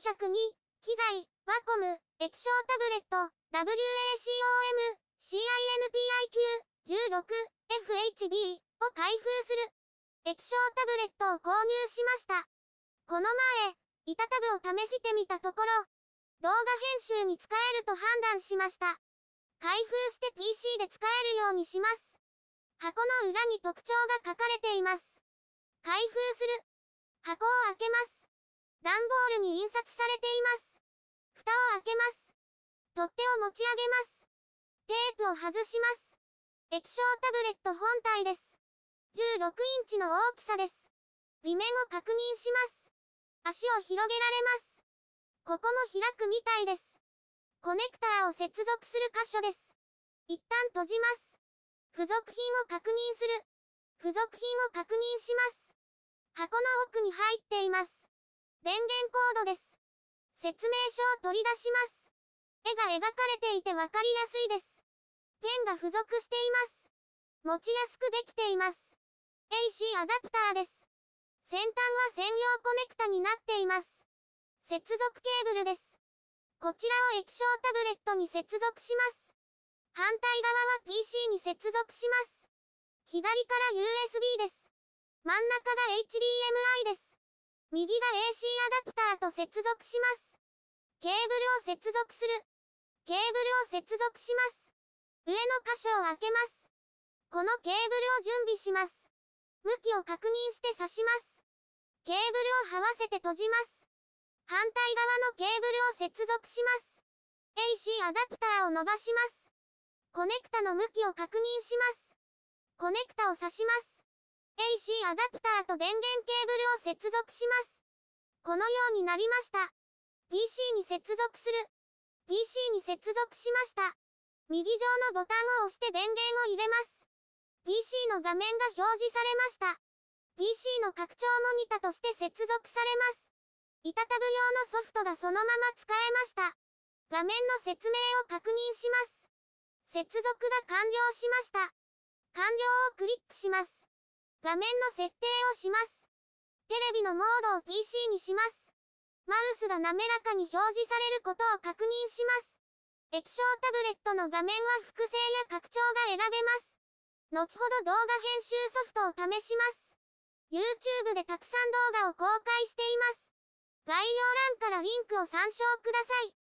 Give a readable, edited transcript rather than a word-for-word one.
402、機材、ワコム、液晶タブレット、WACOM、CINTIQ16FHB を開封する。液晶タブレットを購入しました。この前、板タブを試してみたところ、動画編集に使えると判断しました。開封して PC で使えるようにします。箱の裏に特徴が書かれています。開封する。箱を開けます。段ボールに印刷されています。蓋を開けます。取っ手を持ち上げます。テープを外します。液晶タブレット本体です。16インチの大きさです。尾面を確認します。足を広げられます。ここも開くみたいです。コネクターを接続する箇所です。一旦閉じます。付属品を確認する。付属品を確認します。箱の奥に入っています。電源コードです。説明書を取り出します。絵が描かれていてわかりやすいです。ペンが付属しています。持ちやすくできています。AC アダプターです。先端は専用コネクタになっています。接続ケーブルです。こちらを液晶タブレットに接続します。反対側は PC に接続します。左から USB です。真ん中が HDMI です。右が AC アダプターと接続します。ケーブルを接続する。ケーブルを接続します。上の箇所を開けます。このケーブルを準備します。向きを確認して挿します。ケーブルを這わせて閉じます。反対側のケーブルを接続します。AC アダプターを伸ばします。コネクタの向きを確認します。コネクタを挿します。AC アダプターと電源ケーブルを接続します。このようになりました。PC に接続する。PC に接続しました。右上のボタンを押して電源を入れます。PC の画面が表示されました。PC の拡張モニタとして接続されます。板タブ用のソフトがそのまま使えました。画面の説明を確認します。接続が完了しました。完了をクリックします。画面の設定をします。テレビのモードを PC にします。マウスが滑らかに表示されることを確認します。液晶タブレットの画面は複製や拡張が選べます。後ほど動画編集ソフトを試します。YouTube でたくさん動画を公開しています。概要欄からリンクを参照ください。